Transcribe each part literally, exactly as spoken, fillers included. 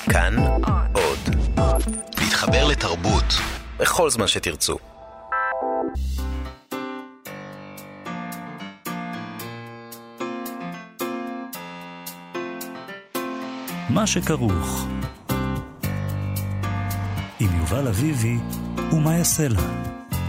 כאן עוד. להתחבר לתרבות בכל זמן שתרצו. מה שכרוך עם יובל אביבי ומה יעשה לה.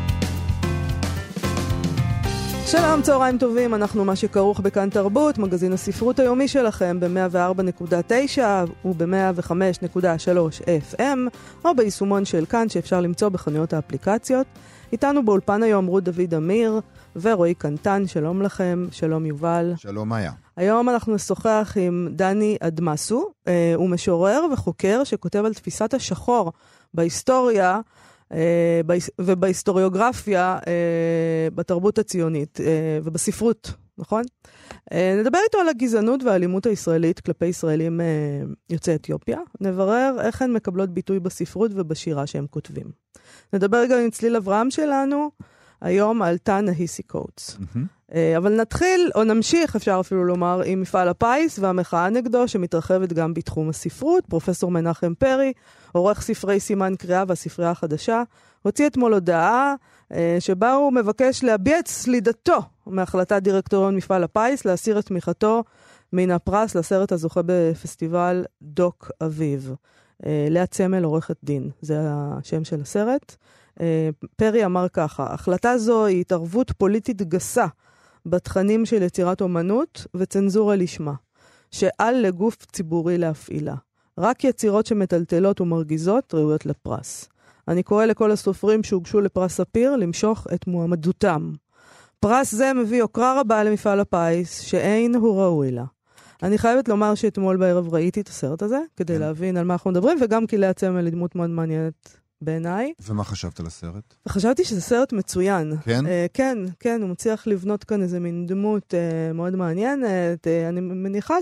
שלום, צהריים טובים, אנחנו מה שכרוך בכאן תרבות, מגזין הספרות היומי שלכם ב-מאה וארבע נקודה תשע וב-מאה וחמש נקודה שלוש אף אם, או ביישומון של כאן שאפשר למצוא בחנויות האפליקציות. איתנו באולפן היום רות דוד אמיר ורועי קנטן, שלום לכם, שלום יובל. שלום מאיה. היום אנחנו נשוחח עם דני אדמסו, אה, הוא משורר וחוקר שכותב על תפיסת השחור בהיסטוריה, ובהיסטוריוגרפיה בתרבות הציונית ובספרות, נכון? נדבר איתו על הגזענות והאלימות הישראלית כלפי ישראלים יוצאי אתיופיה. נברר איך הן מקבלות ביטוי בספרות ובשירה שהם כותבים. נדבר גם עם צליל אברהם שלנו היום על תא נהיסי קוטס. אבל נתחיל, או נמשיך, אפשר אפילו לומר, עם מפעל הפיס והמחאה נגדו, שמתרחבת גם בתחום הספרות. פרופסור מנחם פרי, עורך ספרי סימן קריאה והספרייה החדשה, הוציא אתמול הודעה שבה הוא מבקש להביע את סלידתו מהחלטת דירקטוריון מפעל הפיס, להסיר את תמיכתו מן הפרס לסרט הזוכה בפסטיבל דוק אביב. לאה צמל, עורכת דין, זה השם של הסרט. פרי אמר ככה, החלטה זו היא התערבות פוליטית גסה בתכנים של יצירת אומנות וצנזורה לשמה, שעל לגוף ציבורי להפעילה. רק יצירות שמטלטלות ומרגיזות ראויות לפרס. אני קורא לכל הסופרים שהוגשו לפרס ספיר למשוך את מועמדותם. פרס זה מביא יוקרה רבה למפעל הפיס, שאין הוא ראוי לה. אני חייבת לומר שאתמול בערב ראיתי את הסרט הזה, כדי להבין על מה אנחנו מדברים, וגם כי לאה צמל היא דמות מאוד מעניינת בעיניי. ומה חשבת על הסרט? וחשבתי שזה סרט מצוין. כן? Uh, כן, כן, הוא מצליח לבנות כאן איזה מין דמות uh, מאוד מעניינת. Uh, אני מניחה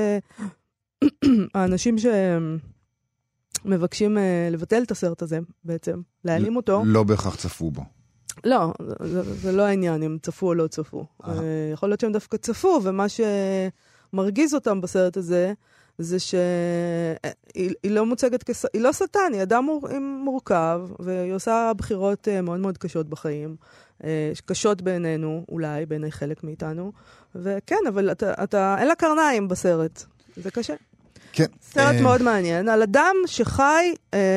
שהאנשים שמבקשים uh, לבטל את הסרט הזה בעצם, להעלים אותו. לא בהכרח צפו בו. לא, זה, זה לא העניין אם צפו או לא צפו. Uh, יכול להיות שהם דווקא צפו, ומה שמרגיז אותם בסרט הזה, זה שהיא לא מוצגת כס... היא לא שטן, היא אדם מור... מורכב, והיא עושה בחירות מאוד מאוד קשות בחיים, קשות בעינינו, אולי, בעיני חלק מאיתנו, וכן, אבל אתה, אתה... אין לה קרניים בסרט, זה קשה. כן. סרט מאוד מעניין, על אדם שחי,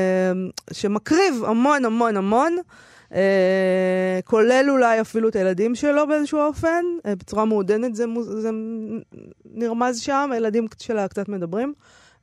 שמקריב המון המון המון, Uh, כולל אולי אפילו את הילדים שלו באיזשהו אופן, uh, בצורה מעודנת זה, זה נרמז שם, הילדים שלה קצת מדברים, uh,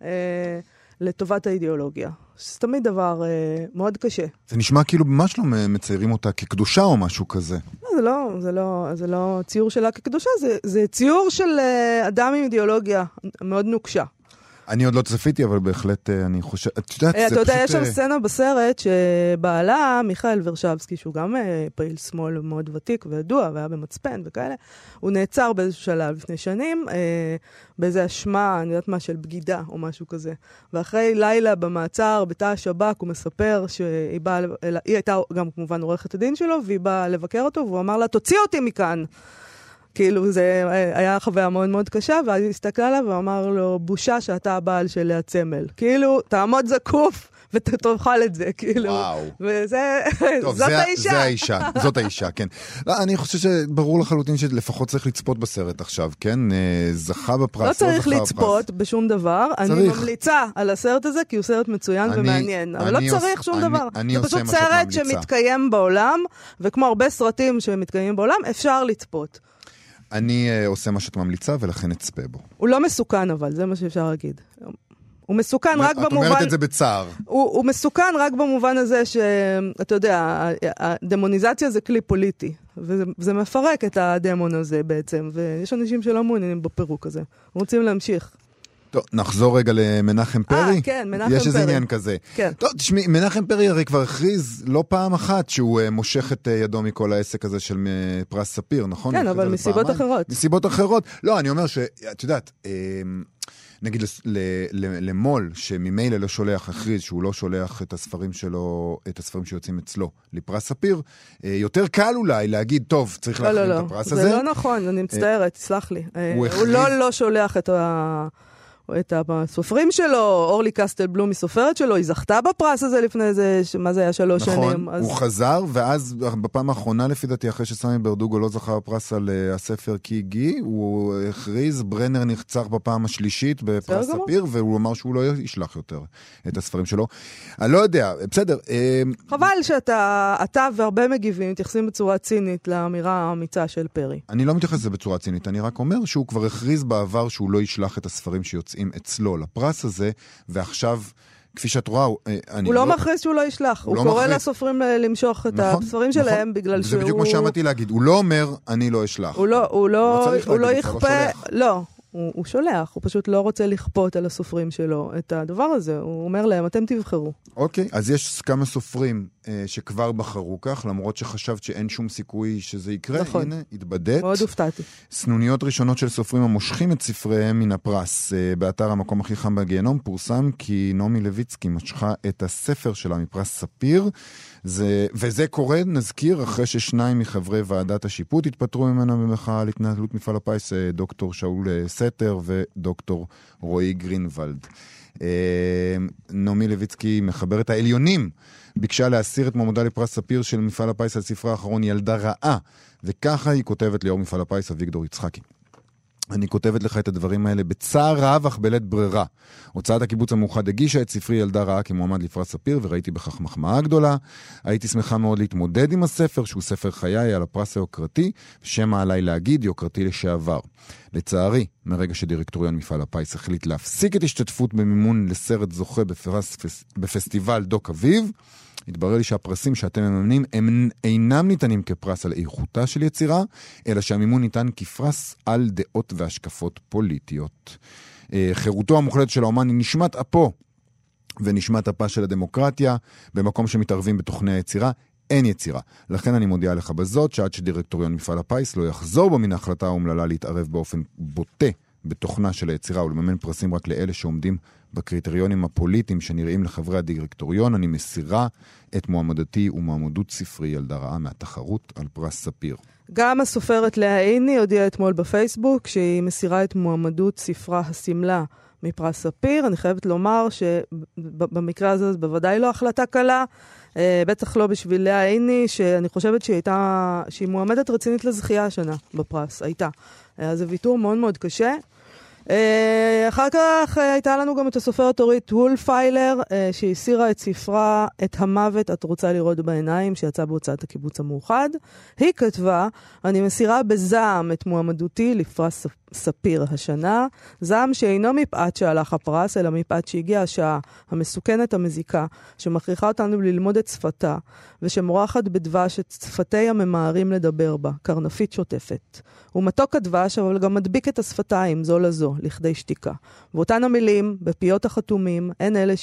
לטובת האידיאולוגיה. זה תמיד דבר uh, מאוד קשה. זה נשמע כאילו ממש לא מציירים אותה כקדושה או משהו כזה. לא, זה לא, זה לא, זה לא ציור שלה כקדושה, זה, זה ציור של uh, אדם עם אידיאולוגיה מאוד נוקשה. אני עוד לא צפיתי, אבל בהחלט אני חושב... אתה יודע, יש שם סצנה בסרט שבעלה, מיכאל ורשבסקי, שהוא גם פעיל שמאל מאוד ותיק וידוע, והיה במצפן וכאלה, הוא נעצר באיזשהו שלב לפני שנים, באיזו אשמה, אני יודעת מה, של בגידה או משהו כזה. ואחרי לילה במעצר, בתא השב"כ, הוא מספר שהיא באה, היא הייתה גם כמובן עורכת הדין שלו, והיא באה לבקר אותו, והוא אמר לה, תוציא אותי מכאן. כאילו זה היה חוויה מאוד מאוד קשה, ואז היא הסתכלה עליו ואמר לו, בושה שאתה הבעל של לאה צמל. כאילו, תעמוד זקוף ותאכל את זה, כאילו. וואו. וזה, טוב, זאת זה, האישה. זה האישה, זאת האישה, כן. לא, אני חושב שברור לחלוטין שלפחות צריך לצפות בסרט עכשיו, כן? זכה בפרס. לא צריך לצפות בשום דבר. אני ממליצה על הסרט הזה, כי הוא סרט מצוין אני, ומעניין. אבל לא צריך שום אני, דבר. אני זה פשוט סרט שמתקיים בעולם, וכמו הרבה סרטים שמתקיימים בעולם, אפשר לצפות. אני uh, עושה מה שאת ממליצה, ולכן אצפה בו. הוא לא מסוכן, אבל זה מה שאפשר להגיד. הוא מסוכן רק במובן... את אומרת את זה בצער. הוא, הוא מסוכן רק במובן הזה שאתה יודע, הדמוניזציה זה כלי פוליטי, וזה, וזה מפרק את הדמון הזה בעצם, ויש אנשים שלא מעוניינים בפירוק הזה. רוצים להמשיך. טוב, נחזור רגע למנחם פרי. אה, כן, מנחם פרי. יש איזה עניין כזה. כן. טוב, תשמעי, מנחם פרי הרי כבר הכריז לא פעם אחת שהוא מושך את ידו מכל העסק הזה של פרס ספיר, נכון? כן, אבל מסיבות אחרות. מסיבות אחרות. לא, אני אומר שאת יודעת, נגיד למול, שממילא לא שולח, הכריז שהוא לא שולח את הספרים שלו, את הספרים שיוצאים אצלו לפרס ספיר, יותר קל אולי להגיד, טוב, צריך להכין את הפרס הזה. זה לא נכון, אני מצטערת, תסלח לי. הוא לא לא שולח את ה... את הסופרים שלו, אורלי קסטל בלום היא סופרת שלו, היא זכתה בפרס הזה לפני זה, מה זה היה שלוש נכון, שנים. נכון, הוא אז... חזר, ואז בפעם האחרונה לפי דעתי, אחרי שסמי ברדוגו לא זכה בפרס על uh, הספר קיגי, הוא הכריז, ברנר נחצר בפעם השלישית בפרס ספיר, והוא אמר שהוא לא ישלח יותר את הספרים שלו. אני לא יודע, בסדר. חבל שאתה אתה והרבה מגיבים מתייחסים בצורה צינית לאמירה האמיצה של פרי. אני לא מתייחס לזה בצורה צינית, אני רק אומר שהוא כבר הכריז בעבר שהוא לא ישלח את הספרים שיוצאים אצלו לפרס הזה, ועכשיו, כפי שאת רואה, אני הוא לא מכריז שהוא לא ישלח, הוא קורא לסופרים למשוך את הספרים שלהם בגלל שהוא... זה בדיוק מה שעמדתי להגיד, הוא לא אומר, אני לא אשלח. הוא לא יכפה, לא. הוא, הוא שולח, הוא פשוט לא רוצה לכפות על הסופרים שלו את הדבר הזה, הוא אומר להם, אתם תבחרו. אוקיי, אז יש כמה סופרים אה, שכבר בחרו כך, למרות שחשבת שאין שום סיכוי שזה יקרה, נכון. הנה, התבדט. מאוד הופתעתי. סנוניות ראשונות של סופרים המושכים את ספריהם מן הפרס. אה, באתר המקום הכי חם בגיהנום פורסם כי נעמי לויצקי משכה את הספר שלה מפרס ספיר, זה, וזה קורה, נזכיר, אחרי ששניים מחברי ועדת השיפוט התפטרו ממנו במחאה על התנהלות מפעל הפיס, דוקטור שאול סתר ודוקטור רועי גרינוולד. נעמי לויצקי, מחברת העליונים, ביקשה להסיר את מועמדה לפרס ספיר של מפעל הפיס על ספרה האחרון ילדה רעה, וככה היא כותבת ליו"ר מפעל הפיס אביגדור יצחקי. אני כותבת לך את הדברים האלה בצער רב אך בלית ברירה. הוצאת הקיבוץ המאוחד הגישה את ספרי ילדה רעה כמועמד לפרס ספיר, וראיתי בכך מחמאה גדולה. הייתי שמחה מאוד להתמודד עם הספר, שהוא ספר חיי על הפרס היוקרתי, ושמה עליי להגיד יוקרתי לשעבר. לצערי, מרגע שדירקטוריון מפעל הפיס החליט להפסיק את השתתפות במימון לסרט זוכה בפרס, בפסטיבל דוק אביב, התברר לי שהפרסים שאתם מממנים הם אינם ניתנים כפרס על איכותה של יצירה, אלא שהמימון ניתן כפרס על דעות והשקפות פוליטיות. חירותו המוחלטת של האומן היא נשמת אפו ונשמת אפה של הדמוקרטיה, במקום שמתערבים בתוכני היצירה, אין יצירה. לכן אני מודיע לך בזאת, שעד שדירקטוריון מפעל הפיס לא יחזור בו מן ההחלטה האומללה להתערב באופן בוטה בתוכנה של היצירה ולממן פרסים רק לאלה שעומדים בקריטריונים הפוליטיים שנראים לחברי הדירקטוריון, אני מסירה את מועמדתי ומועמדות ספרי ילדה רעה מהתחרות על פרס ספיר. גם הסופרת לאה עיני הודיעה אתמול בפייסבוק שהיא מסירה את מועמדות ספרה הסמלה מפרס ספיר. אני חייבת לומר שבמקרה הזה זה בוודאי לא החלטה קלה, בטח לא בשביל לאה עיני, שאני חושבת שהיא הייתה, שהיא מועמדת רצינית לזכייה השנה בפרס, הייתה. אז זה ויתור מאוד מאוד קשה. אחר כך הייתה לנו גם את הסופרת אורית וולפיילר, שהסירה את ספרה את המוות את רוצה לראות בעיניים, שיצא בהוצאת הקיבוץ המאוחד. היא כתבה, אני מסירה בזעם את מועמדותי לפרס ספיר השנה, זעם שאינו מפאת שהלך הפרס, אלא מפאת שהגיעה השעה המסוכנת המזיקה, שמכריחה אותנו ללמוד את שפתה, ושמורחת בדבש את שפתי הממהרים לדבר בה, קרנפית שוטפת. ומתוק הדבש, אבל גם מדביק את השפתיים זו לזו, לכדי שתיקה. ואותן המילים, בפיות החתומים, הן אלה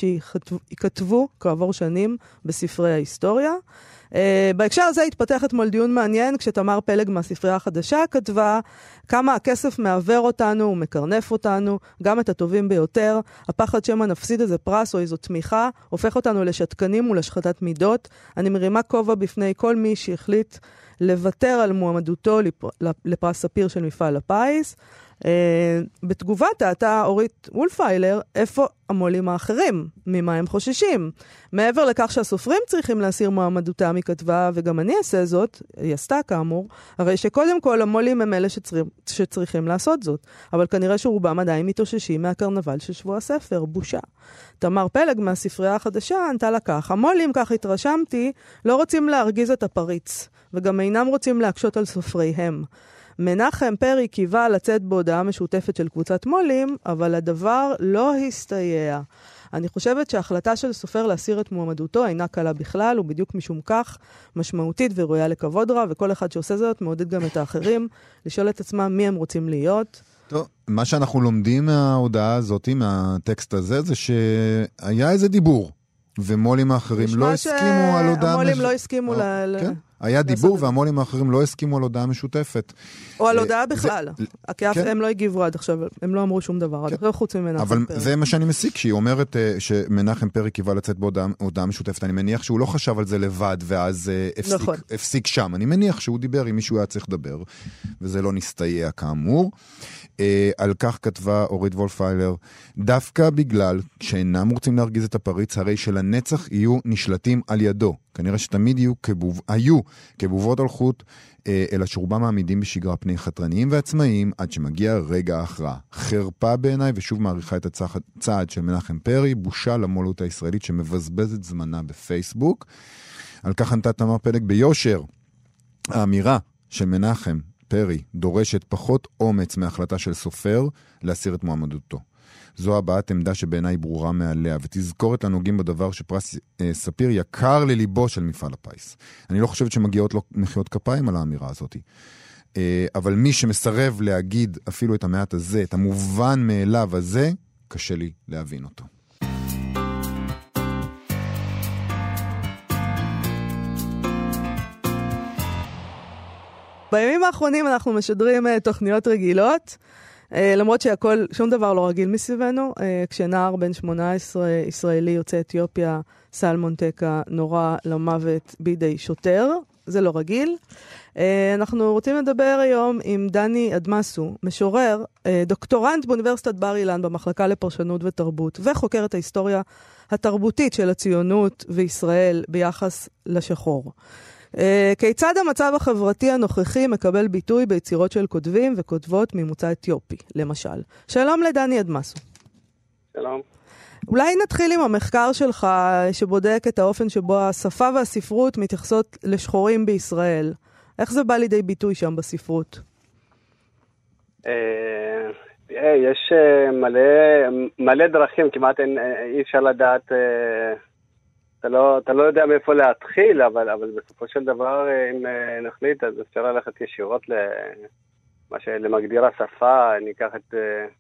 שכתבו כעבור שנים בספרי ההיסטוריה. Uh, בהקשר הזה התפתח אתמול דיון מעניין, כשתמר פלג מהספרייה החדשה כתבה כמה הכסף מעבר אותנו ומקרנף אותנו, גם את הטובים ביותר. הפחד שמה נפסיד איזה פרס או איזו תמיכה, הופך אותנו לשתקנים ולשחטת מידות. אני מרימה כובע בפני כל מי שהחליט לוותר על מועמדותו לפרס ספיר של מפעל הפיס. Uh, בתגובת אתה אורית וולפיילר, איפה המו"לים האחרים? ממה הם חוששים? מעבר לכך שהסופרים צריכים להסיר מועמדותם, היא כתבה, וגם אני אעשה זאת, היא עשתה כאמור, הרי שקודם כל המו"לים הם אלה שצריכים, שצריכים לעשות זאת, אבל כנראה שרובם עדיין מתאוששים מהקרנבל של שבוע הספר, בושה. תמר פלג מהספרייה החדשה ענתה לכך, המו"לים, כך התרשמתי, לא רוצים להרגיז את הפריץ, וגם אינם רוצים להקשות על סופריהם. מנחם פרי קיווה לצאת בהודעה משותפת של קבוצת מו"לים, אבל הדבר לא הסתייע. אני חושבת שההחלטה של סופר להסיר את מועמדותו אינה קלה בכלל, ובדיוק משום כך משמעותית וראויה לכבוד רב, וכל אחד שעושה זאת מעודד גם את האחרים לשאול את עצמם מי הם רוצים להיות. טוב, מה שאנחנו לומדים מההודעה הזאת, מהטקסט הזה, זה שהיה איזה דיבור, ומו"לים האחרים לא הסכימו על הודעה... המו"לים לא הסכימו ל... כן. היה דיבור והמו"לים האחרים לא הסכימו על הודעה משותפת. או על הודעה בכלל. כי הם לא הגיבו עד עכשיו, הם לא אמרו שום דבר, חוץ ממנחם פרי. אבל זה מה שאני מסיק, שהיא אומרת שמנחם פרי קיווה לצאת בהודעה משותפת. אני מניח שהוא לא חשב על זה לבד, ואז הפסיק שם. אני מניח שהוא דיבר עם מישהו היה צריך לדבר, וזה לא נסתייע כאמור. על כך כתבה אורית וולפיילר, דווקא בגלל שאינם רוצים להרגיז את הפריץ, הרי שלנצח יהיו נשלטים על ידו. כנראה שתמיד יהיו, כבוב, היו כבובות על חוט, אלא שרובם מעמידים בשגרה פני חתרניים ועצמאיים, עד שמגיע רגע ההכרעה. חרפה בעיניי, ושוב מעריכה את הצעד של מנחם פרי, בושה למולות הישראלית שמבזבזת זמנה בפייסבוק. על כך ענתה תמר פלג ביושר. האמירה של מנחם פרי דורשת פחות אומץ מהחלטה של סופר להסיר את מועמדותו. זו הבעת עמדה שבעיניי ברורה מעליה, ותזכורת לנוגעים בדבר שפרס אה, ספיר יקר לליבו של מפעל הפיס. אני לא חושבת שמגיעות לו מחיאות כפיים על האמירה הזאת. אה, אבל מי שמסרב להגיד אפילו את המעט הזה, את המובן מאליו הזה, קשה לי להבין אותו. בימים האחרונים אנחנו משדרים uh, תוכניות רגילות, uh, למרות שהכל, שום דבר לא רגיל מסביבנו. Uh, כשנער בן שמונה עשרה ישראלי יוצא אתיופיה, סלמון טקה, נורא למוות בידי שוטר, זה לא רגיל. Uh, אנחנו רוצים לדבר היום עם דני אדמסו, משורר, uh, דוקטורנט באוניברסיטת בר אילן במחלקה לפרשנות ותרבות, וחוקר את ההיסטוריה התרבותית של הציונות וישראל ביחס לשחור. Uh, כיצד המצב החברתי הנוכחי מקבל ביטוי ביצירות של כותבים וכותבות ממוצא אתיופי, למשל. שלום לדני אדמסו. שלום. אולי נתחיל עם המחקר שלך שבודק את האופן שבו השפה והספרות מתייחסות לשחורים בישראל. איך זה בא לידי ביטוי שם בספרות? Uh, יש uh, מלא, מלא דרכים, כמעט אין, אי אפשר לדעת... Uh... אתה לא, אתה לא יודע מאיפה להתחיל, אבל, אבל בסופו של דבר, אם נחליט, אז אפשר ללכת ישירות למה שלמגדיר השפה, ניקח את,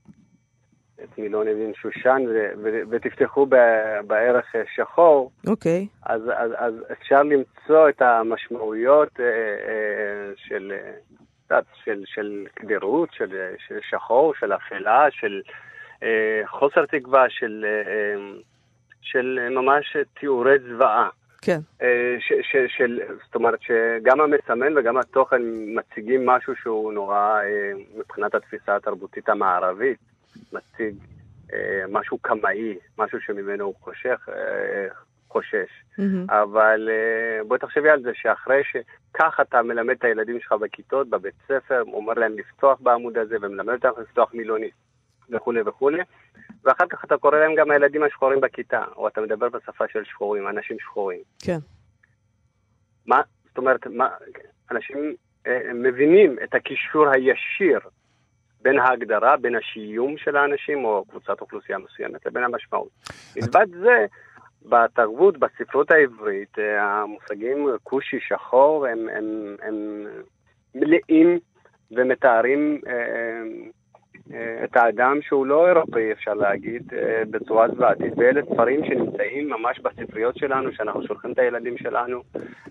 את מילון אבן שושן, ו, ו, ותפתחו בערך שחור. אוקיי. Okay. אז, אז, אז אפשר למצוא את המשמעויות של, של, של קדירות, של, של שחור, של אפלה, של חוסר תקווה, של... של ממש תיאורי זוועה. כן. ש, ש, של, זאת אומרת שגם המסמן וגם התוכן מציגים משהו שהוא נורא, מבחינת התפיסה התרבותית המערבית, מציג משהו קמאי, משהו שממנו הוא חושך, חושש. Mm-hmm. אבל בואי תחשבי על זה שאחרי שכך אתה מלמד את הילדים שלך בכיתות, בבית ספר, אומר להם לפתוח בעמוד הזה ומלמד אותם לפתוח מילונית וכו' וכו'. ואחר כך אתה קורא להם גם הילדים השחורים בכיתה, או אתה מדבר בשפה של שחורים, אנשים שחורים. כן. מה, זאת אומרת, מה, אנשים אה, מבינים את הקישור הישיר בין ההגדרה, בין השיום של האנשים, או קבוצת אוכלוסייה מסוימת, לבין המשמעות. מלבד זה, בתרבות, בספרות העברית, אה, המושגים כושי שחור, הם, הם, הם מלאים ומתארים... אה, את האדם שהוא לא אירופאי, אפשר להגיד, בצורה זוועתית. ואלה ספרים שנמצאים ממש בספריות שלנו, שאנחנו שולחים את הילדים שלנו.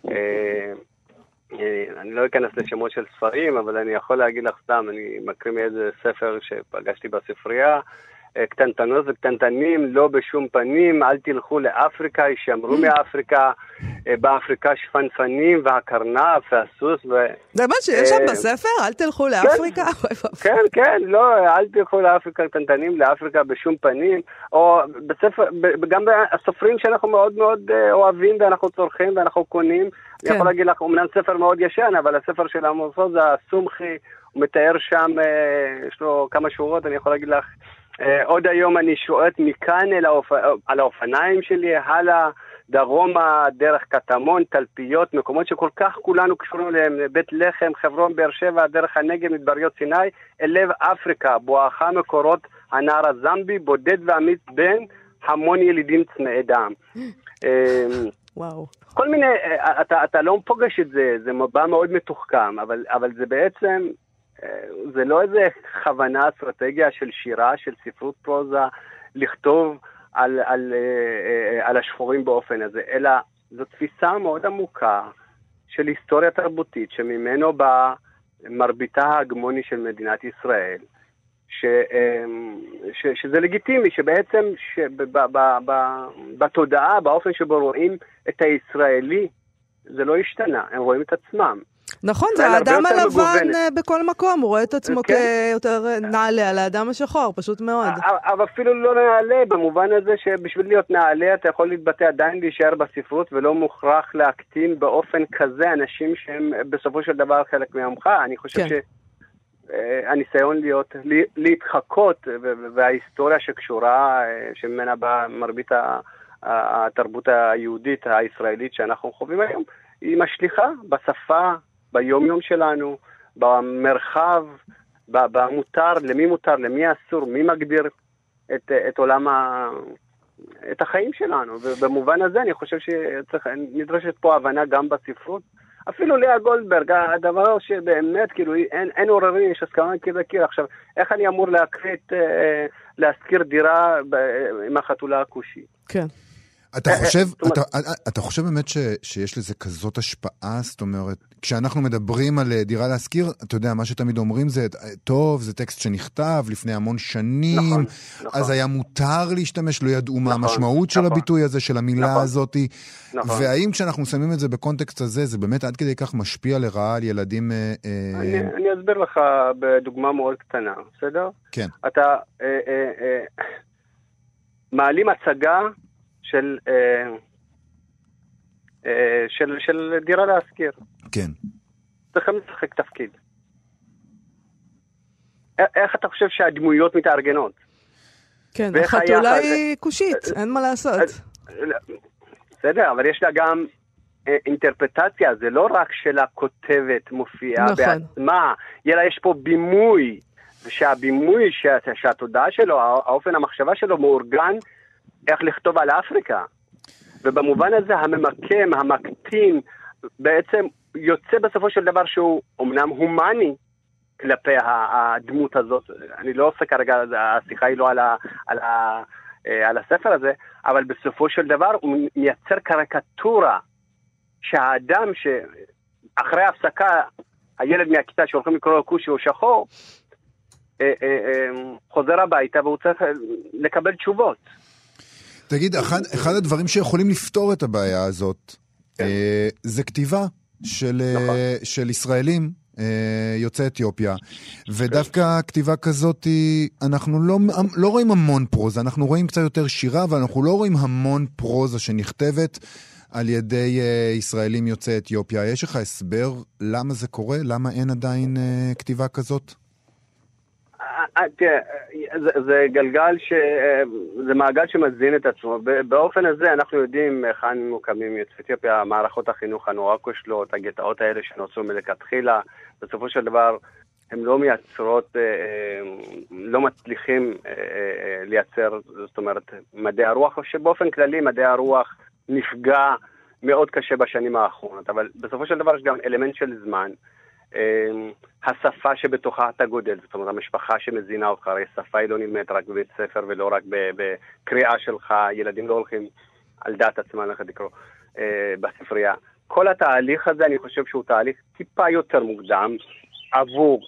אני לא אכנס לשמות של ספרים, אבל אני יכול להגיד לך סתם, אני מקריא מאיזה ספר שפגשתי בספרייה, קטנטנות וקטנטנים, לא בשום פנים, אל תלכו לאפריקה, ישמרו מאפריקה, באפריקה שפנפנים והקרנף והסוס. ו... זה מה שיש שם בספר? אל תלכו לאפריקה? כן, כן, לא, אל תלכו לאפריקה, קטנטנים, לאפריקה בשום פנים, או בספר, גם בסופרים שאנחנו מאוד מאוד אוהבים ואנחנו צורכים ואנחנו קונים, אני יכול להגיד לך, אומנם ספר מאוד ישן, אבל הספר של עמוס עוז, הסומכי, הוא מתאר שם, יש לו כמה שורות, אני יכול להגיד לך, עוד היום אני שואט מכאן אל האופ... על האופניים שלי, הלאה, דרומה, דרך קטמון, תלפיות, מקומות שכל כך כולנו קשורים אליהם, בית לחם, חברון, באר שבע, דרך הנגב, מדבריות סיני, אל לב אפריקה, בואכה מקורות הנער הזמבי, בודד ואמיץ בין המון ילידים צמאי דם. וואו. כל מיני, אתה, אתה לא פוגש את זה, זה מבע מאוד מתוחכם, אבל, אבל זה בעצם... זה לא איזה כוונה, אסטרטגיה של שירה, של ספרות פרוזה, לכתוב על, על, על השחורים באופן הזה, אלא זו תפיסה מאוד עמוקה של היסטוריה תרבותית, שממנו בא מרביתה ההגמוני של מדינת ישראל, ש, ש, שזה לגיטימי, שבעצם שב, ב, ב, ב, בתודעה, באופן שבו רואים את הישראלי, זה לא השתנה, הם רואים את עצמם. נכון, זה האדם הלבן בכל מקום, הוא רואה את עצמו כיותר נעלה על האדם השחור, פשוט מאוד. אבל אפילו לא נעלה, במובן הזה שבשביל להיות נעלה אתה יכול להתבטא עדיין להישאר בספרות, ולא מוכרח להקטין באופן כזה אנשים שהם בסופו של דבר חלק מעמך. אני חושב שהניסיון להיות, להתחקות, וההיסטוריה שקשורה, שממנה באה מרבית התרבות היהודית הישראלית שאנחנו חווים היום, היא משליחה בשפה, ביום יום שלנו, במרחב, במותר, למי מותר, למי אסור, מי מגדיר את, את עולם ה... את החיים שלנו. ובמובן הזה אני חושב שנדרשת פה הבנה גם בספרות. אפילו לאה גולדברג, הדבר שבאמת, כאילו, אין, אין עוררין, יש הסכמה מקיר לקיר. עכשיו, איך אני אמור להקרית, להזכיר דירה עם החתולה הכושי? כן. אתה חושב, אתה, אתה חושב באמת ש, שיש לזה כזאת השפעה? זאת אומרת, כשאנחנו מדברים על דירה להשכיר, אתה יודע, מה שתמיד אומרים זה, טוב, זה טקסט שנכתב לפני המון שנים, נכון, אז נכון. היה מותר להשתמש, לא ידעו מה נכון, המשמעות של נכון. הביטוי הזה, של המילה נכון, הזאת, נכון. והאם כשאנחנו שמים את זה בקונטקסט הזה, זה באמת עד כדי כך משפיע לרעה על ילדים... אני, אה... אני אסביר לך בדוגמה מאוד קטנה, בסדר? כן. אתה אה, אה, אה, מעלים הצגה, של, אה, אה, של, של דירה להשכיר. כן. צריכים לשחק תפקיד. איך אתה חושב שהדמויות מתארגנות? כן, החתולה היא כושית, אין מה לעשות. בסדר, אבל יש לה גם אה, אינטרפטציה, זה לא רק של הכותבת מופיעה נכון. בעצמה, ילה יש פה בימוי, ושהבימוי, שהתודעה שלו, האופן המחשבה שלו מאורגן, איך לכתוב על אפריקה. ובמובן הזה הממקם, המקטין, בעצם יוצא בסופו של דבר שהוא אומנם הומני כלפי הדמות הזאת. אני לא עושה כרגע, השיחה היא לא על, ה, על, ה, על הספר הזה, אבל בסופו של דבר הוא מייצר קריקטורה שהאדם שאחרי ההפסקה, הילד מהכיתה שהולכים לקרוא לו כושי או שחור, חוזר הביתה והוא צריך לקבל תשובות. תגיד, אחד, אחד הדברים שיכולים לפתור את הבעיה הזאת, כן. אה, זה כתיבה של, נכון. של ישראלים אה, יוצאי אתיופיה, ודווקא כן. כתיבה כזאת, אנחנו לא, לא רואים המון פרוזה, אנחנו רואים קצת יותר שירה, ואנחנו לא רואים המון פרוזה שנכתבת על ידי אה, ישראלים יוצאי אתיופיה. יש לך הסבר למה זה קורה? למה אין עדיין אה, כתיבה כזאת? תראה, זה גלגל, זה מעגל שמזין את עצמו. באופן הזה אנחנו יודעים היכן מוקמים יוצאי אתיופיה, מערכות החינוך הנורא כושלות, הגטאות האלה שנוצרו מלכתחילה, בסופו של דבר הם לא מייצרות, לא מצליחים לייצר, זאת אומרת, מדעי הרוח, שבאופן כללי מדעי הרוח נפגע מאוד קשה בשנים האחרונות, אבל בסופו של דבר יש גם אלמנט של זמן. השפה שבתוכה אתה גודל, זאת אומרת, המשפחה שמזינה אותך, הרי שפה היא לא נלמדת רק בבית ספר ולא רק בקריאה שלך, ילדים לא הולכים על דעת עצמם לך לקרוא בספרייה. כל התהליך הזה אני חושב שהוא תהליך טיפה יותר מוקדם עבור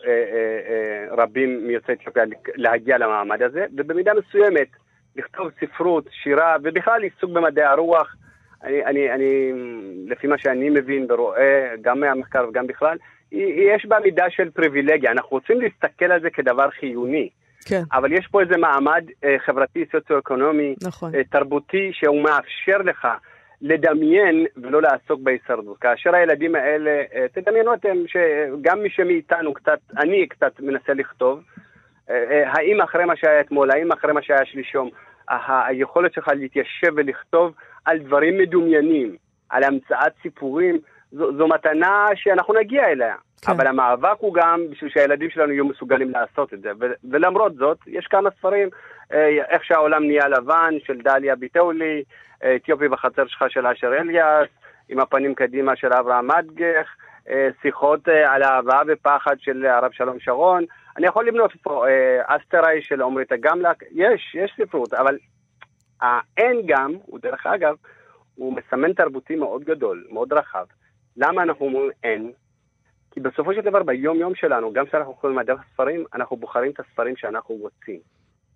רבים מיוצאי אתיופיה להגיע למעמד הזה, ובמידה מסוימת לכתוב ספרות, שירה, ובכלל עיסוק במדעי הרוח, אני, אני, אני, לפי מה שאני מבין ורואה, גם מהמחקר וגם בכלל, יש בה מידה של פריבילגיה. אנחנו רוצים להסתכל על זה כדבר חיוני. כן. אבל יש פה איזה מעמד אה, חברתי, סוציו-אקונומי, נכון. אה, תרבותי, שהוא מאפשר לך לדמיין ולא לעסוק בהישרדות. כאשר הילדים האלה, אה, תדמיינו אתם שגם מי שמאיתנו קצת, אני קצת מנסה לכתוב, אה, אה, האם אחרי מה שהיה אתמול, האם אחרי מה שהיה שלשום, ה- היכולת שלך להתיישב ולכתוב על דברים מדומיינים, על המצאת סיפורים, זו, זו מתנה שאנחנו נגיע אליה. כן. אבל המאבק הוא גם בשביל שהילדים שלנו יהיו מסוגלים לעשות את זה. ו- ולמרות זאת, יש כמה ספרים, אה, איך שהעולם נהיה לבן, של דליה ביטאולי, אה, אתיופי בחצר שלך של אשר אליאס, עם הפנים קדימה של אברהם מדגך, אה, שיחות אה, על אהבה ופחד של הרב שלום שרון. אני יכול למנות פה אה, אסטראי של עומרית הגמלק. יש, יש ספרות, אבל האין גם, הוא דרך אגב, הוא מסמן תרבותי מאוד גדול, מאוד רחב. למה אנחנו אומרים אין? כי בסופו של דבר ביום יום שלנו, גם כשאנחנו קוראים מדף הספרים, אנחנו בוחרים את הספרים שאנחנו רוצים.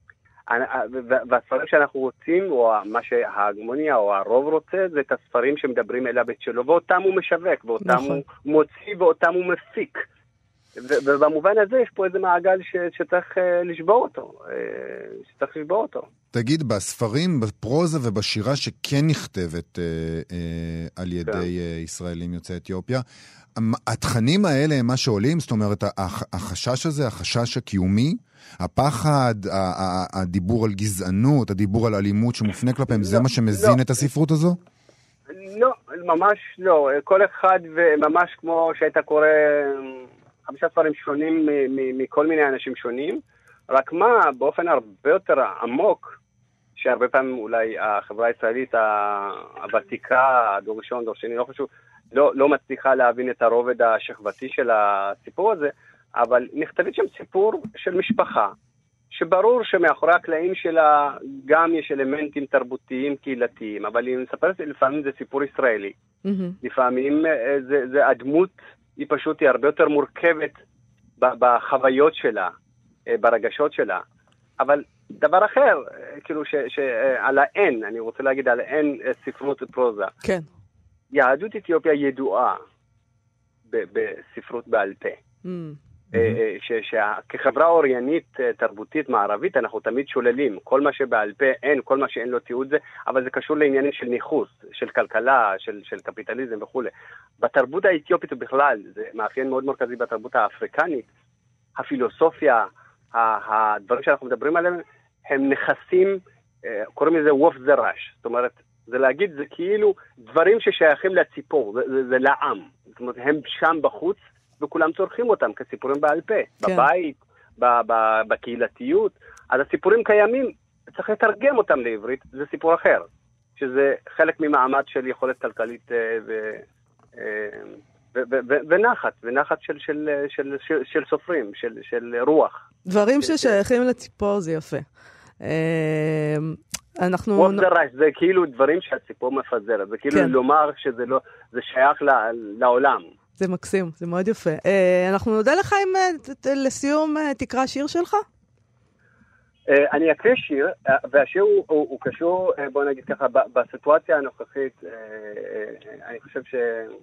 והספרים שאנחנו רוצים, או מה שההגמוניה או הרוב רוצה, זה את הספרים שמדברים אליו את שלו, ואותם הוא משווק, ואותם נכון. הוא מוציא, ואותם הוא מפיק. ובמובן הזה יש פה איזה מעגל ש, שצריך uh, לשבור אותו, uh, שצריך לשבור אותו. תגיד, בספרים, בפרוזה ובשירה שכן נכתבת uh, uh, על ידי כן. uh, ישראלים יוצאי אתיופיה, התכנים האלה הם מה שעולים, זאת אומרת, החשש הזה, החשש הקיומי, הפחד, הדיבור על גזענות, הדיבור על אלימות שמופנה כלפיהם, זה מה שמזין את הספרות הזו? לא, ממש לא. כל אחד, וממש כמו שהיית קורא חמישה ספרים שונים מכל מיני אנשים שונים, רק מה, באופן הרבה יותר עמוק, שהרבה פעמים אולי החברה הישראלית הוותיקה, הדור ראשון, דור שני, לא חשוב, לא, לא מצליחה להבין את הרובד השכבתי של הסיפור הזה, אבל נכתבית שם סיפור של משפחה, שברור שמאחורי הקלעים שלה גם יש אלמנטים תרבותיים קהילתיים, אבל היא מספרת, לפעמים זה סיפור ישראלי. Mm-hmm. לפעמים זה, זה הדמות, היא פשוט היא הרבה יותר מורכבת בחוויות שלה, ברגשות שלה. אבל דבר אחר, כאילו ש, ש, על האין, אני רוצה להגיד על האין ספרות פרוזה. כן. יהדות אתיופיה ידועה בספרות בעל פה. Mm. שכחברה אוריינית תרבותית מערבית אנחנו תמיד שוללים, כל מה שבעל פה אין, כל מה שאין לו תיעוד זה, אבל זה קשור לעניינים של ניחוס, של כלכלה, של, של קפיטליזם וכו'. בתרבות האתיופית בכלל, זה מאפיין מאוד מרכזי בתרבות האפריקנית, הפילוסופיה, הדברים שאנחנו מדברים עליהם, הם נכסים, קוראים לזה ווף זרש, זאת אומרת, זה להגיד, זה כאילו דברים ששייכים לציפור, זה, זה, זה לעם, זאת אומרת, הם שם בחוץ, וכולם צורכים אותם כסיפורים בעל פה, כן. בבית, ב- ב- בקהילתיות. אז הסיפורים קיימים, צריך לתרגם אותם לעברית, זה סיפור אחר, שזה חלק ממעמד של יכולת כלכלית ו- ו- ו- ו- ונחת, ונחת של, של, של, של, של סופרים, של, של רוח. דברים ששייכים לציפור זה יפה. אנחנו... ווב זרש, זה כאילו דברים שהציפור מפזרת, זה כאילו כן. לומר שזה לא, זה שייך לעולם. זה מקסים, זה מאוד יפה. אנחנו נודה לך אם לסיום תקרא שיר שלך? אני אקריא שיר, והשיר הוא קשור, בוא נגיד ככה, בסיטואציה הנוכחית, אני חושב ש...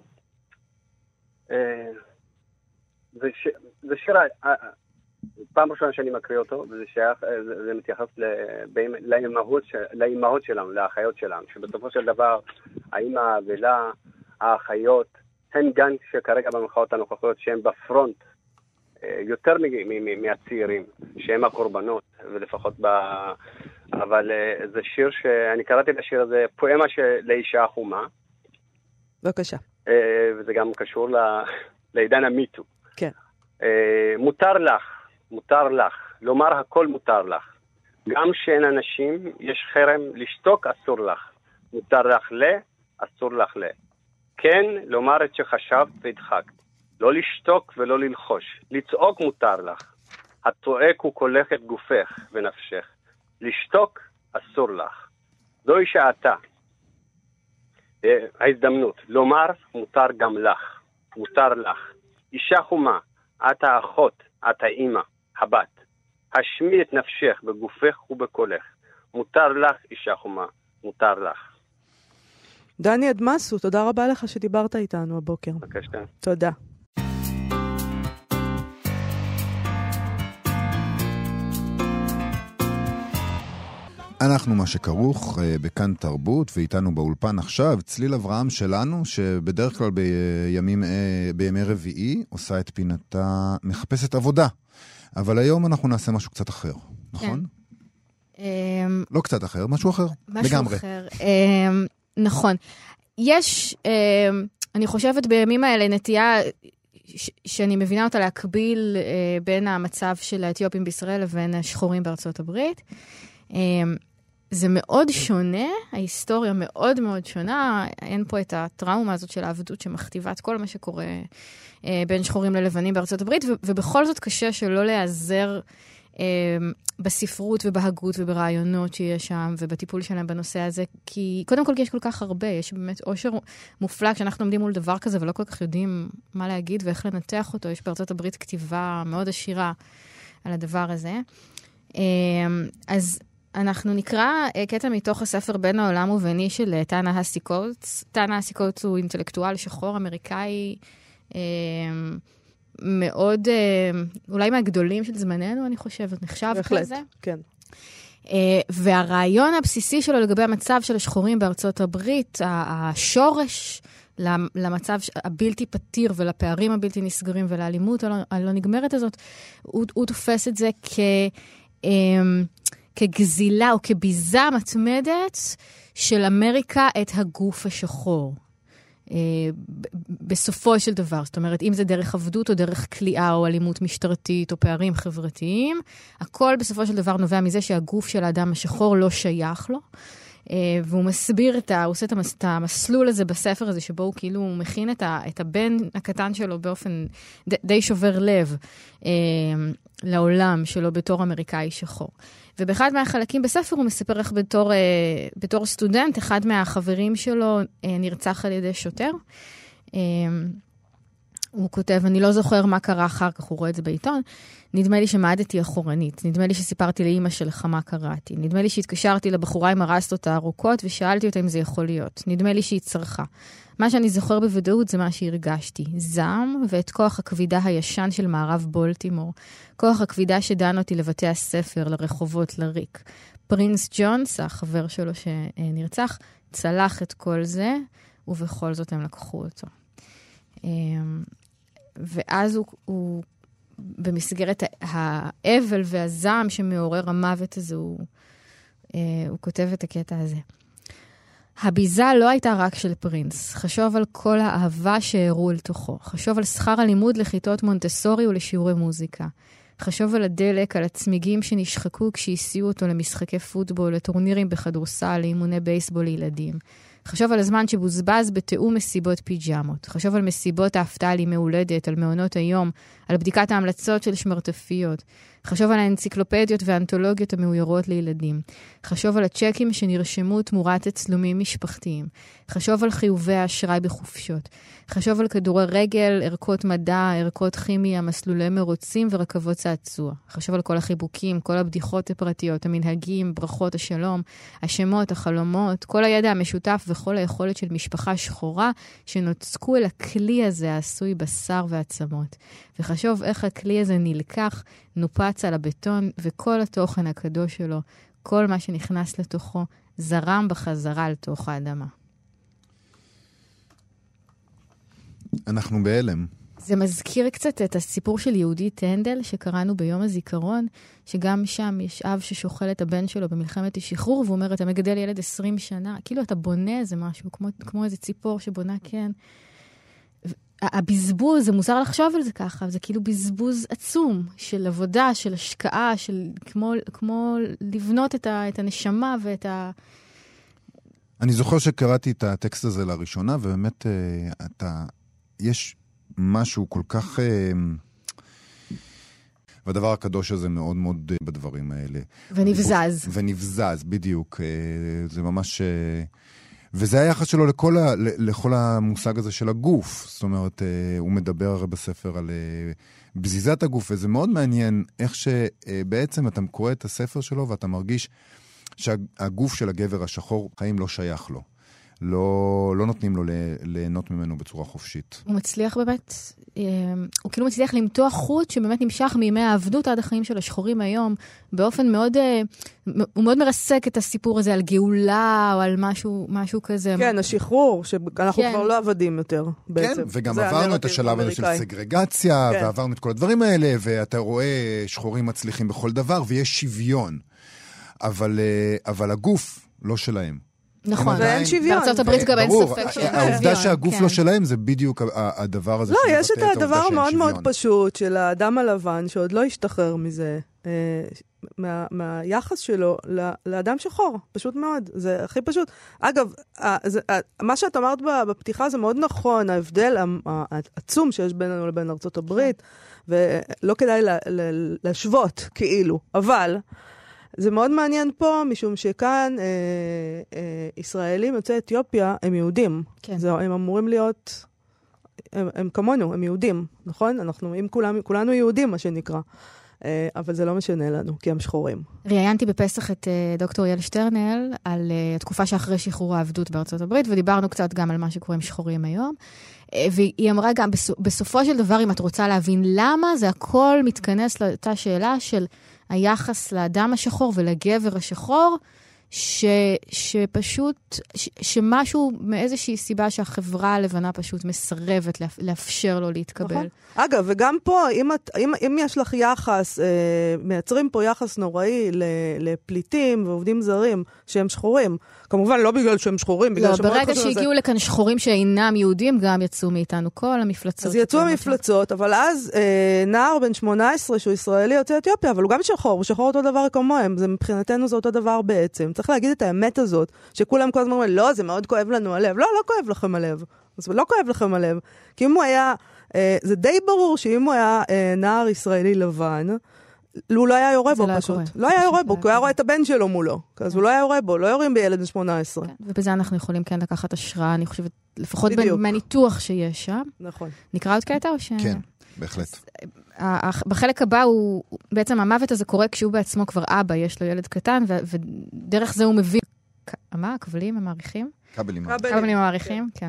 זה שיר, פעם ראשונה שאני מקריא אותו, וזה שייך, זה מתייחס לאימהות שלנו, לאחיות שלנו, שבסופו של דבר, האמא ולה, האחיות, הן גם שכרגע במחאות הנוכחיות שהן בפרונט יותר מהצעירים, שהן הקורבנות, ולפחות ב... אבל זה שיר שאני קראתי לשיר הזה, פואמה לאישה חומה. בבקשה. וזה גם קשור לעידן המיטו. כן. מותר לך, מותר לך, לומר הכל מותר לך. גם שאין אנשים, יש חרם, לשתוק אסור לך. מותר לך ל, אסור לך ל. כן, לומר את שחשבת והדחקת. לא לשתוק ולא ללחוש. לצעוק מותר לך. התועק הוא קולך את גופך ונפשך. לשתוק אסור לך. זוהי שעתה. ההזדמנות. לומר מותר גם לך. מותר לך. אישה חומה. את האחות. את האמא. הבת. השמי את נפשך בגופך ובקולך. מותר לך אישה חומה. מותר לך. דני אדמסו, תודה רבה לך שדיברת איתנו הבוקר. בבקשה. תודה. אנחנו מה שכרוך בכאן תרבות, ואיתנו באולפן עכשיו צליל אברהם שלנו, שבדרך כלל בימים, בימי רביעי עושה את פינתה, מחפשת עבודה. אבל היום אנחנו נעשה משהו קצת אחר, נכון? לא קצת אחר, משהו אחר. משהו אחר. נכון. יש, אני חושבת בימים האלה נטייה שאני מבינה אותה להקביל בין המצב של האתיופים בישראל לבין השחורים בארצות הברית. זה מאוד שונה, ההיסטוריה מאוד מאוד שונה, אין פה את הטראומה הזאת של העבדות שמכתיבה את כל מה שקורה בין שחורים ללבנים בארצות הברית, ובכל זאת קשה שלא להיעזר בספרות ובהגות וברעיונות שיש שם, ובטיפול שלהם בנושא הזה, כי קודם כל כי יש כל כך הרבה, יש באמת עושר מופלא כשאנחנו עומדים מול דבר כזה, ולא כל כך יודעים מה להגיד ואיך לנתח אותו. יש בארצות הברית כתיבה מאוד עשירה על הדבר הזה. אז אנחנו נקרא קטע מתוך הספר בין העולם וביני של טאנה האסי קוטס. טאנה האסי קוטס הוא אינטלקטואל שחור אמריקאי מאוד, אולי מהגדולים של זמננו, אני חושבת, נחשב כזה. כן. והרעיון הבסיסי שלו לגבי המצב של השחורים בארצות הברית, השורש למצב הבלתי פתיר ולפערים הבלתי נסגרים ולאלימות הלא נגמרת הזאת, הוא, הוא תופס את זה כ, כגזילה או כביזה מתמדת של אמריקה את הגוף השחור. בסופו של דבר, זאת אומרת, אם זה דרך עבדות או דרך כליאה או אלימות משטרתית או פערים חברתיים, הכל בסופו של דבר נובע מזה שהגוף של האדם השחור לא שייך לו, והוא מסביר את ה... הוא עושה את המסלול הזה בספר הזה, שבו הוא כאילו הוא מכין את, ה, את הבן הקטן שלו באופן די, די שובר לב לעולם שלו בתור אמריקאי שחור. ובאחד מהחלקים בספר הוא מספר איך בתור, בתור סטודנט, אחד מהחברים שלו נרצח על ידי שוטר. הוא כותב, אני לא זוכר מה קרה אחר כך, הוא רואה את זה בעיתון, נדמה לי שמעדתי אחורנית, נדמה לי שסיפרתי לאמא שלך מה קראתי, נדמה לי שהתקשרתי לבחורה עם הרסטות הארוכות ושאלתי אותה אם זה יכול להיות, נדמה לי שהיא צרחה. מה שאני זוכר בוודאות זה מה שהרגשתי, זעם ואת כוח הכבידה הישן של מערב בולטימור, כוח הכבידה שדן אותי לבתי הספר, לרחובות, לריק. פרינס ג'ונס, החבר שלו שנרצח, צלח את כל זה, ובכל זאת הם לקחו אותו. ואז הוא, הוא במסגרת האבל והזעם שמעורר המוות הזה, הוא, הוא כותב את הקטע הזה. הביזה לא הייתה רק של פרינס. חשוב על כל האהבה שהראו אל תוכו. חשוב על שכר הלימוד לכיתות מונטסורי ולשיעורי מוזיקה. חשוב על הדלק, על הצמיגים שנשחקו כשהסיעו אותו למשחקי פוטבול, לטורנירים בכדורסל, לאימוני בייסבול לילדים. חשוב על הזמן שבוזבז בתאום מסיבות פיג'מות. חשוב על מסיבות ההפתעה לימי הולדת, על מעונות היום, על בדיקת ההמלצות של שמרטפיות. חשוב על האנציקלופדיות והאנתולוגיות המאוירות לילדים. חשוב על הצ'קים שנרשמו תמורת תצלומים משפחתיים. חשוב על חיובי האשראי בחופשות. חשוב על כדורי רגל, ערכות מדע, ערכות כימיה, מסלולי מרוצים ורכבות צעצוע. חשוב על כל החיבוקים, כל הבדיחות הפרטיות, המנהגים, ברכות השלום, השמות, החלומות, כל הידע המשותף וכל היכולת של משפחה שחורה שנוצקו אל הכלי הזה העשוי בשר ועצמות. וחשוב איך הכלי הזה נלקח, נופץ על הבטון, וכל התוכן הקדוש שלו, כל מה שנכנס לתוכו, זרם בחזרה לתוך האדמה. אנחנו בהלם. זה מזכיר קצת את הסיפור של יהודית הנדל, שקראנו ביום הזיכרון, שגם שם יש אב ששוחל את הבן שלו במלחמת השחרור, והוא אומר, אתה מגדל ילד עשרים שנה, כאילו אתה בונה איזה משהו, כמו, כמו איזה ציפור שבונה, כן. הבזבוז, זה מוזר לחשוב על זה ככה, זה כאילו בזבוז עצום של עבודה, של השקעה, של כמו, כמו לבנות את, ה, את הנשמה ואת ה... אני זוכר שקראתי את הטקסט הזה לראשונה, ובאמת אתה, יש משהו כל כך... והדבר הקדוש הזה מאוד מאוד בדברים האלה. ונבזז. ונבזז, בדיוק. זה ממש... וזה היחס שלו לכל, ה, לכל המושג הזה של הגוף. זאת אומרת, הוא מדבר הרי בספר על בזיזת הגוף, וזה מאוד מעניין איך שבעצם אתה קורא את הספר שלו, ואתה מרגיש שהגוף של הגבר השחור, חיים לא שייך לו. לא, לא נותנים לו ליהנות ממנו בצורה חופשית. הוא מצליח באמת, הוא כאילו מצליח למתוח חוט שבאמת נמשך מימי העבדות עד החיים של השחורים היום, באופן מאוד, הוא מאוד מרסק את הסיפור הזה על גאולה או על משהו, משהו כזה. כן, השחרור, שאנחנו כן. כבר לא עבדים יותר בעצם. כן, וגם עברנו את השלב הזה של סגרגציה, כן. ועברנו את כל הדברים האלה, ואתה רואה שחורים מצליחים בכל דבר, ויש שוויון. אבל, אבל הגוף לא שלהם. נכון, ואין שוויון. בארצות הברית גם אין ספק שאין שוויון. העובדה שהגוף לא שלהם זה בדיוק הדבר הזה. לא, יש את הדבר המאוד מאוד פשוט של האדם הלבן שעוד לא השתחרר מזה, מהיחס שלו לאדם שחור, פשוט מאוד. זה הכי פשוט. אגב, מה שאת אמרת בפתיחה זה מאוד נכון, ההבדל העצום שיש בינינו לבין ארצות הברית, ולא כדאי להשוות כאילו, אבל... זה מאוד מעניין פה, משום שכאן אה, אה, ישראלים יוצאי אתיופיה הם יהודים. כן. זה, הם אמורים להיות, הם, הם כמונו, הם יהודים, נכון? אנחנו, אם כולם, כולנו יהודים, מה שנקרא. אבל זה לא משנה לנו, כי הם שחורים. ראיינתי בפסח את דוקטור יעל שטרנל על התקופה שאחרי שחרור העבדות בארצות הברית, ודיברנו קצת גם על מה שקורה עם שחורים היום. והיא אמרה גם, בסופו של דבר, אם את רוצה להבין למה, זה הכל מתכנס לאותה שאלה של היחס לאדם השחור ולגבר השחור, ש, שפשוט, ש, שמשהו מאיזושהי סיבה שהחברה הלבנה פשוט מסרבת לאפשר לו להתקבל. נכון. אגב, וגם פה, אם, את, אם, אם יש לך יחס, אה, מייצרים פה יחס נוראי לפליטים ועובדים זרים שהם שחורים, כמובן לא בגלל שהם שחורים, בגלל לא, שמות ברגע שהגיעו זה... לכאן שחורים שאינם יהודים, גם יצאו מאיתנו כל המפלצות. אז יצאו המפלצות, אבל אז אה, נער בן שמונה עשרה שהוא ישראלי יוצא אתיופיה, אבל הוא גם שחור, הוא שחור אותו דבר כמוהם, זה מבחינתנו זה אותו דבר בעצם. צריך להגיד את האמת הזאת, שכולם כל הזמן אומרים, לא, זה מאוד כואב לנו הלב. לא, לא כואב לכם הלב. אז לא כואב לכם הלב. כי אם הוא היה, אה, זה די ברור שאם הוא היה אה, נער ישראלי לבן, הוא לא היה יורה בו פשוט. לא היה יורה בו, כי הוא היה רואה את הבן שלו מולו. אז הוא לא היה יורה בו, לא יורים בילד בן שמונה עשרה. ובזה אנחנו יכולים כן לקחת השראה, אני חושבת, לפחות מהניתוח שיש שם. נכון. נקרא עוד קטע או ש... כן, בהחלט. בחלק הבא הוא, בעצם המוות הזה קורה כשהוא בעצמו כבר אבא, יש לו ילד קטן, ודרך זה הוא מביא... מה? הכבלים המעריכים? כבלים. כבלים המעריכים, כן.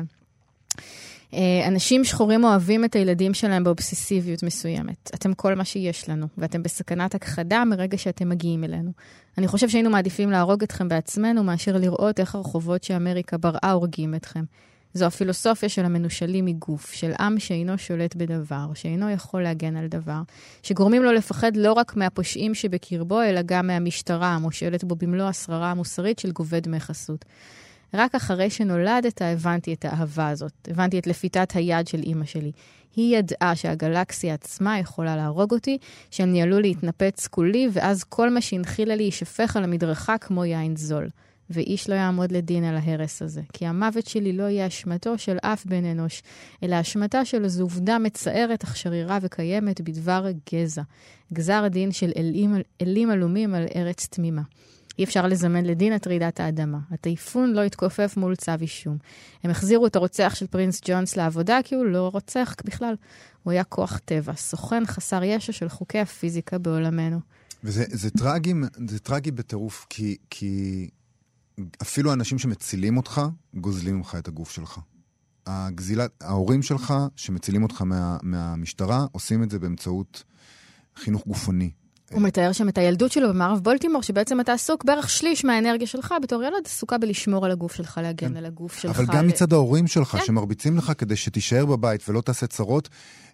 אנשים שחורים אוהבים את הילדים שלהם באובססיביות מסוימת. אתם כל מה שיש לנו, ואתם בסכנת הכחדה מרגע שאתם מגיעים אלינו. אני חושב שהיינו מעדיפים להרוג אתכם בעצמנו, מאשר לראות איך הרחובות שאמריקה בראה הורגים אתכם. זו הפילוסופיה של המנושלים מגוף, של עם שאינו שולט בדבר, שאינו יכול להגן על דבר, שגורמים לו לפחד לא רק מהפושעים שבקרבו, אלא גם מהמשטרה, המושלת בו במלוא השררה המוסרית של גובה דמי חסות. רק אחרי שנולדת הבנתי את האהבה הזאת, הבנתי את לפיתת היד של אמא שלי. היא ידעה שהגלקסיה עצמה יכולה להרוג אותי, שהם ניהלו להתנפץ כולי, ואז כל מה שהנחילה לי יישפך על המדרכה כמו יין זול. ואיש לא יעמוד לדין על ההרס הזה, כי המוות שלי לא יהיה אשמתו של אף בן אנוש, אלא אשמתה שלו זו עובדה מצערת אך שרירה וקיימת בדבר גזע, גזר הדין של אלים, אלים אלומים על ארץ תמימה. אי אפשר לזמן לדין את רעידת האדמה. הטייפון לא התכופף מול צו אישום. הם החזירו את הרוצח של פרינס ג'ונס לעבודה, כי הוא לא רוצח בכלל. הוא היה כוח טבע, סוכן חסר ישע של חוקי הפיזיקה בעולמנו. וזה זה טרגי, זה טרגי בטירוף, כי, כי אפילו האנשים שמצילים אותך, גוזלים ממך את הגוף שלך. הגזילת, ההורים שלך שמצילים אותך מה, מהמשטרה, עושים את זה באמצעות חינוך גופני. הוא מתאר שם את הילדות שלו במערב בולטימור, שבעצם אתה עסוק בערך שליש מהאנרגיה שלך, בתור ילד עסוקה בלשמור על הגוף שלך, להגן על הגוף שלך. אבל גם מצד ההורים שלך, שמרביצים לך כדי שתישאר בבית ולא תעשה צרות,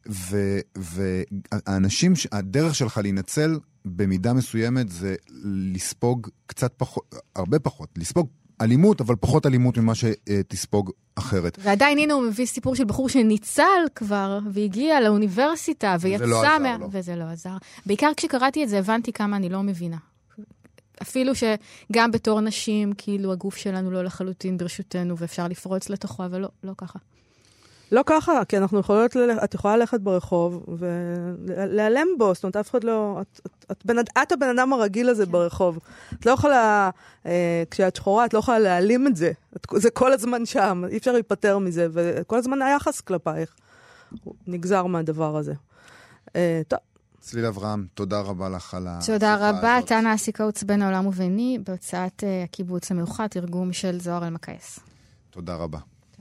והאנשים, הדרך שלך להינצל במידה מסוימת זה לספוג קצת פחות, הרבה פחות, לספוג אלימות, אבל פחות אלימות ממה שתספוג אחרת. ועדיין הנה הוא מביא סיפור של בחור שניצל כבר, והגיע לאוניברסיטה, ויצא מה... וזה לא עזר. בעיקר כשקראתי את זה, הבנתי כמה אני לא מבינה. אפילו שגם בתור נשים, כאילו הגוף שלנו לא לחלוטין ברשותנו, ואפשר לפרוץ לתוכו, אבל לא, לא ככה. לא ככה, כי אנחנו יכולות, את יכולה ללכת ברחוב ולהיעלם בו, זאת אומרת, אף אחד לא, את, את, את, בנ, את הבן אדם הרגיל הזה ברחוב. את לא יכולה, אה, כשאת שחורה, את לא יכולה להעלים את זה. את, זה כל הזמן שם, אי אפשר להיפטר מזה, וכל הזמן היחס כלפייך. נגזר מהדבר הזה. אה, טוב. צליל אברהם, תודה רבה לך על השיחה הזאת. תודה רבה, תנה העסיקאות בין העולם וביני, בהוצאת uh, הקיבוץ המאוחד, תרגום של זוהר אלמקייס. תודה רבה.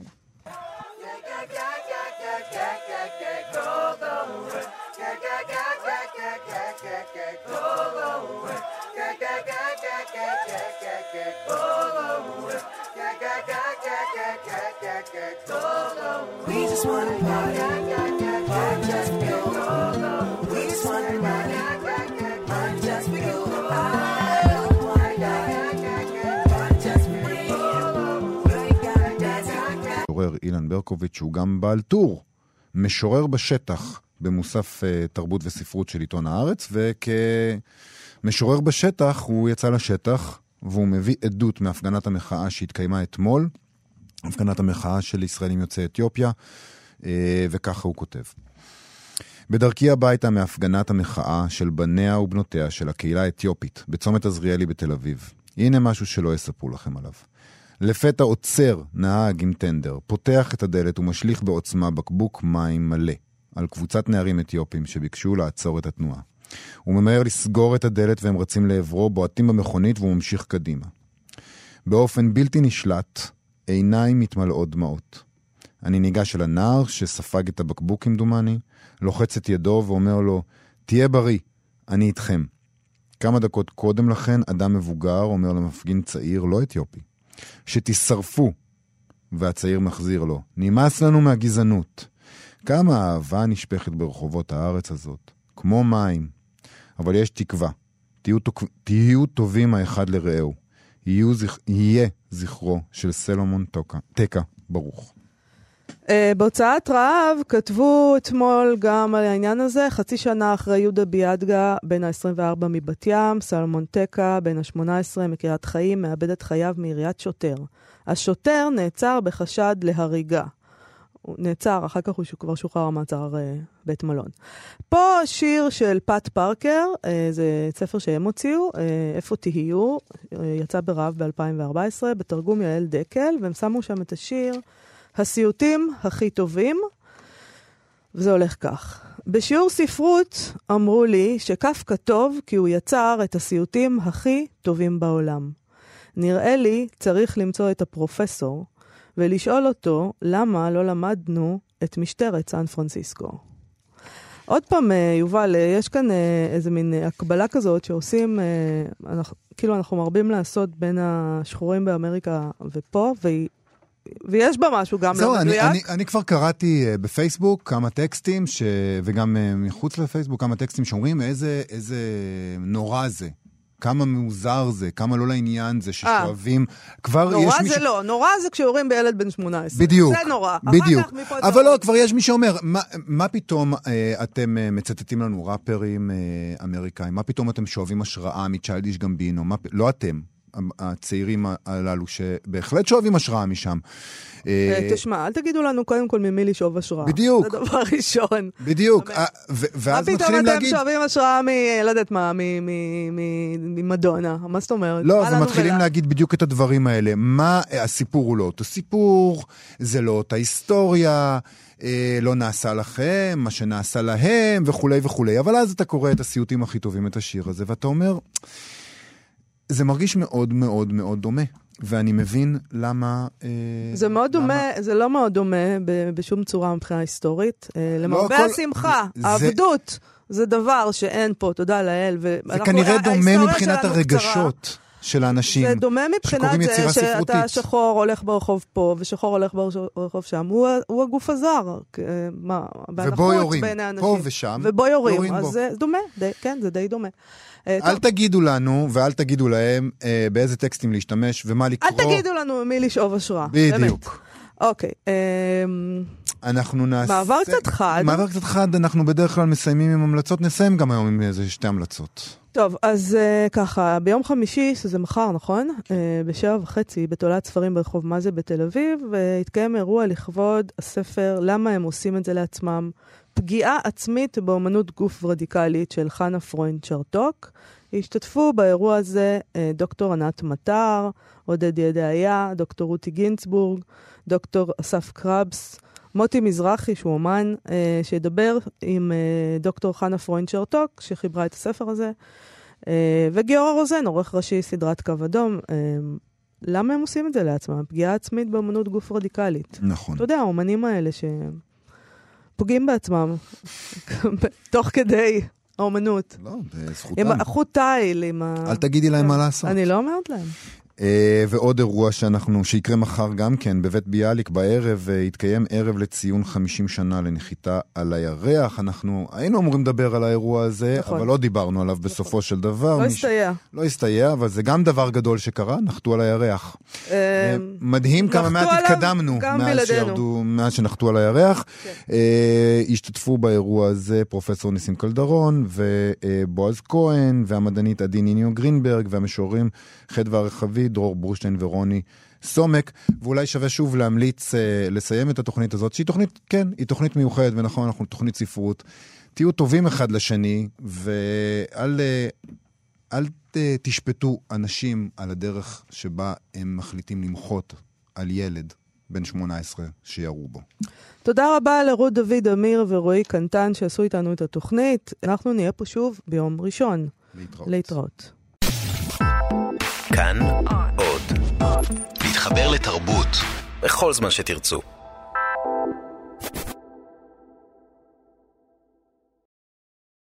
We just want to party, party just for you. We just want to party, party just for you. I don't want to die, party just for me. We gotta dance. משורר אילן ברקוביץ' הוא גם בעל טור, משורר בשטח, במוסף תרבות וספרות של עיתון הארץ, וכמשורר בשטח הוא יצא לשטח, והוא מביא עדות מהפגנת המחאה שהתקיימה אתמול, הפגנת המחאה של ישראלים יוצאי אתיופיה, וככה הוא כותב. בדרכי הביתה מהפגנת המחאה של בניה ובנותיה של הקהילה האתיופית, בצומת עזריאלי בתל אביב. הנה משהו שלא יספרו לכם עליו. לפתע עוצר נהג עם טנדר, פותח את הדלת ומשליך בעוצמה בקבוק מים מלא, על קבוצת נערים אתיופים שביקשו לעצור את התנועה. הוא ממהר לסגור את הדלת והם רצים לעברו, בועטים במכונית והוא ממשיך קדימה. באופן בלתי נשלט, עיניים מתמלאות דמעות. אני ניגש אל הנער שספג את הבקבוק עם דומני, לוחץ את ידו ואומר לו, תהיה בריא, אני איתכם. כמה דקות קודם לכן, אדם מבוגר אומר למפגין צעיר, לא אתיופי, שתשרפו, והצעיר מחזיר לו, נמאס לנו מהגזענות. כמה אהבה נשפכת ברחובות הארץ הזאת, כמו מים. אבל יש תקווה, תהיו, תהיו טובים האחד לרעהו. יהיו, יהיה זכרו של סלומון טקה ברוך. Uh, בהוצאת רעב כתבו אתמול גם על העניין הזה, חצי שנה אחרי יהודה ביאדגה, בן ה-עשרים וארבע מבת ים, סלומון טקה, בן ה-שמונה עשרה מקריית חיים, מאבד את חייו מעיריית שוטר. השוטר נעצר בחשד להריגה. הוא נעצר, אחר כך הוא כבר שוחרר מעצר uh, בית מלון. פה שיר של פאט פארקר, uh, זה ספר שהם הוציאו, uh, איפה תהיו, uh, יצא ברעב ב-אלפיים וארבע עשרה, בתרגום יעל דקל, והם שמו שם את השיר, הסיוטים הכי טובים, וזה הולך כך. בשיעור ספרות אמרו לי שקפקא טוב כי הוא יצר את הסיוטים הכי טובים בעולם. נראה לי צריך למצוא את הפרופסור ולשאול אותו למה לא למדנו את משטרת סן פרנסיסקו. עוד פעם, יובל, יש כאן איזה מין הקבלה כזאת שעושים, אנחנו, כאילו אנחנו מרבים לעשות בין השחורים באמריקה ופה, והיא ויש בה משהו גם זהו, לא אני, מדויק. אני, אני כבר קראתי uh, בפייסבוק כמה טקסטים, ש... וגם uh, מחוץ לפייסבוק כמה טקסטים שאומרים איזה, איזה נורא זה, כמה מוזר זה, כמה לא לעניין זה, ששואבים. כבר נורא יש זה מישהו... לא, נורא זה כשיורים בילד בן שמונה עשרה. בדיוק, זה נורא. בדיוק. אבל לא, כבר יש מי שאומר, מה, מה פתאום אה, אתם אה, מצטטים לנו ראפרים אה, אמריקאים? מה פתאום אתם שואבים השראה מצ'יילדיש גמבינו? מה, לא אתם. הצעירים הללו שבהחלט שואבים השראה משם. תשמע, אל תגידו לנו קודם כל ממי לשאוב השראה. בדיוק. זה דבר ראשון. בדיוק. ואז מתחילים להגיד... מה פתאום אתם שואבים השראה מ... לא יודעת מה, ממדונה? מה זאת אומרת? לא, אז מתחילים להגיד בדיוק את הדברים האלה. מה הסיפור הוא לא אותו סיפור, זה לא אותה היסטוריה, לא נעשה לכם, מה שנעשה להם וכולי וכולי. אבל אז אתה קורא את הסיוטים הכי טובים, את השיר הזה, ואתה אומר... זה מרגיש מאוד מאוד מאוד דומה, ואני מבין למה... זה מאוד דומה, זה לא מאוד דומה בשום צורה מבחינה היסטורית. למרבה השמחה, העבדות זה דבר שאין פה, תודה לאל. זה כנראה דומה מבחינת הרגשות של האנשים. זה דומה מבחינת זה שאתה שחור הולך ברחוב פה, ושחור הולך ברחוב שם. הוא הגוף הזר. ובו יורים, פה ושם. ובו יורים, אז זה דומה, כן, זה די דומה. אל תגידו לנו, ואל תגידו להם באיזה טקסטים להשתמש, ומה לקרוא. אל תגידו לנו מי לשאוב השראה. בדיוק. אוקיי. אנחנו נעשה... מעבר קצת חד. מעבר קצת חד, אנחנו בדרך כלל מסיימים עם המלצות, נסיים גם היום עם איזה שתי המלצות. טוב, אז ככה, ביום חמישי, שזה מחר, נכון? בשבע וחצי, בתולת ספרים ברחוב מה זה בתל אביב, והתקיים אירוע לכבוד הספר, למה הם עושים את זה לעצמם, פגיעה עצמית באומנות גוף רדיקלית של חנה פרוינד צ'רטוק. השתתפו באירוע הזה דוקטור ענת מטר, עודד ידעיה, דוקטור רותי גינצבורג, דוקטור אסף קרבס, מוטי מזרחי שהוא אומן, שידבר עם דוקטור חנה פרוינד צ'רטוק, שחיברה את הספר הזה, וגיורא רוזן, עורך ראשי סדרת קו אדום. למה הם עושים את זה לעצמם? פגיעה עצמית באומנות גוף רדיקלית. נכון. אתה יודע, האומנים האלה ש... פוגעים בעצמם, תוך כדי האומנות. לא, בזכותם. עם החוט תיל, עם ה... אל תגידי להם מה לעשות. אני לא אומרת להם. ועוד אירוע שאנחנו, שיקרה מחר גם כן, בבית ביאליק בערב, יתקיים ערב לציון חמישים שנה לנחיתה על הירח. אנחנו היינו אמורים לדבר על האירוע הזה, אבל לא דיברנו עליו בסופו של דבר. לא הסתייע. לא הסתייע, אבל זה גם דבר גדול שקרה, נחתו על הירח. מדהים כמה מעט התקדמנו מאז שנחתו על הירח. השתתפו באירוע הזה פרופסור ניסים קלדרון ובועז כהן, והמדענית עדי ניניו גרינברג, והמשוררים חדווה הרחבי, דרור ברושטיין ורוני סומק, ואולי שווה שוב להמליץ אה, לסיים את התוכנית הזאת, שהיא תוכנית, כן, היא תוכנית מיוחדת, ונכון, אנחנו תוכנית ספרות. תהיו טובים אחד לשני, ואל אה, אל אה, תשפטו אנשים על הדרך שבה הם מחליטים למחות על ילד, בן שמונה עשרה שירו בו. תודה רבה לרות דוד אמיר ורועי קנטן שעשו איתנו את התוכנית. אנחנו נהיה פה שוב ביום ראשון. להתראות. להתראות. כאן עוד. להתחבר לתרבות בכל זמן שתרצו.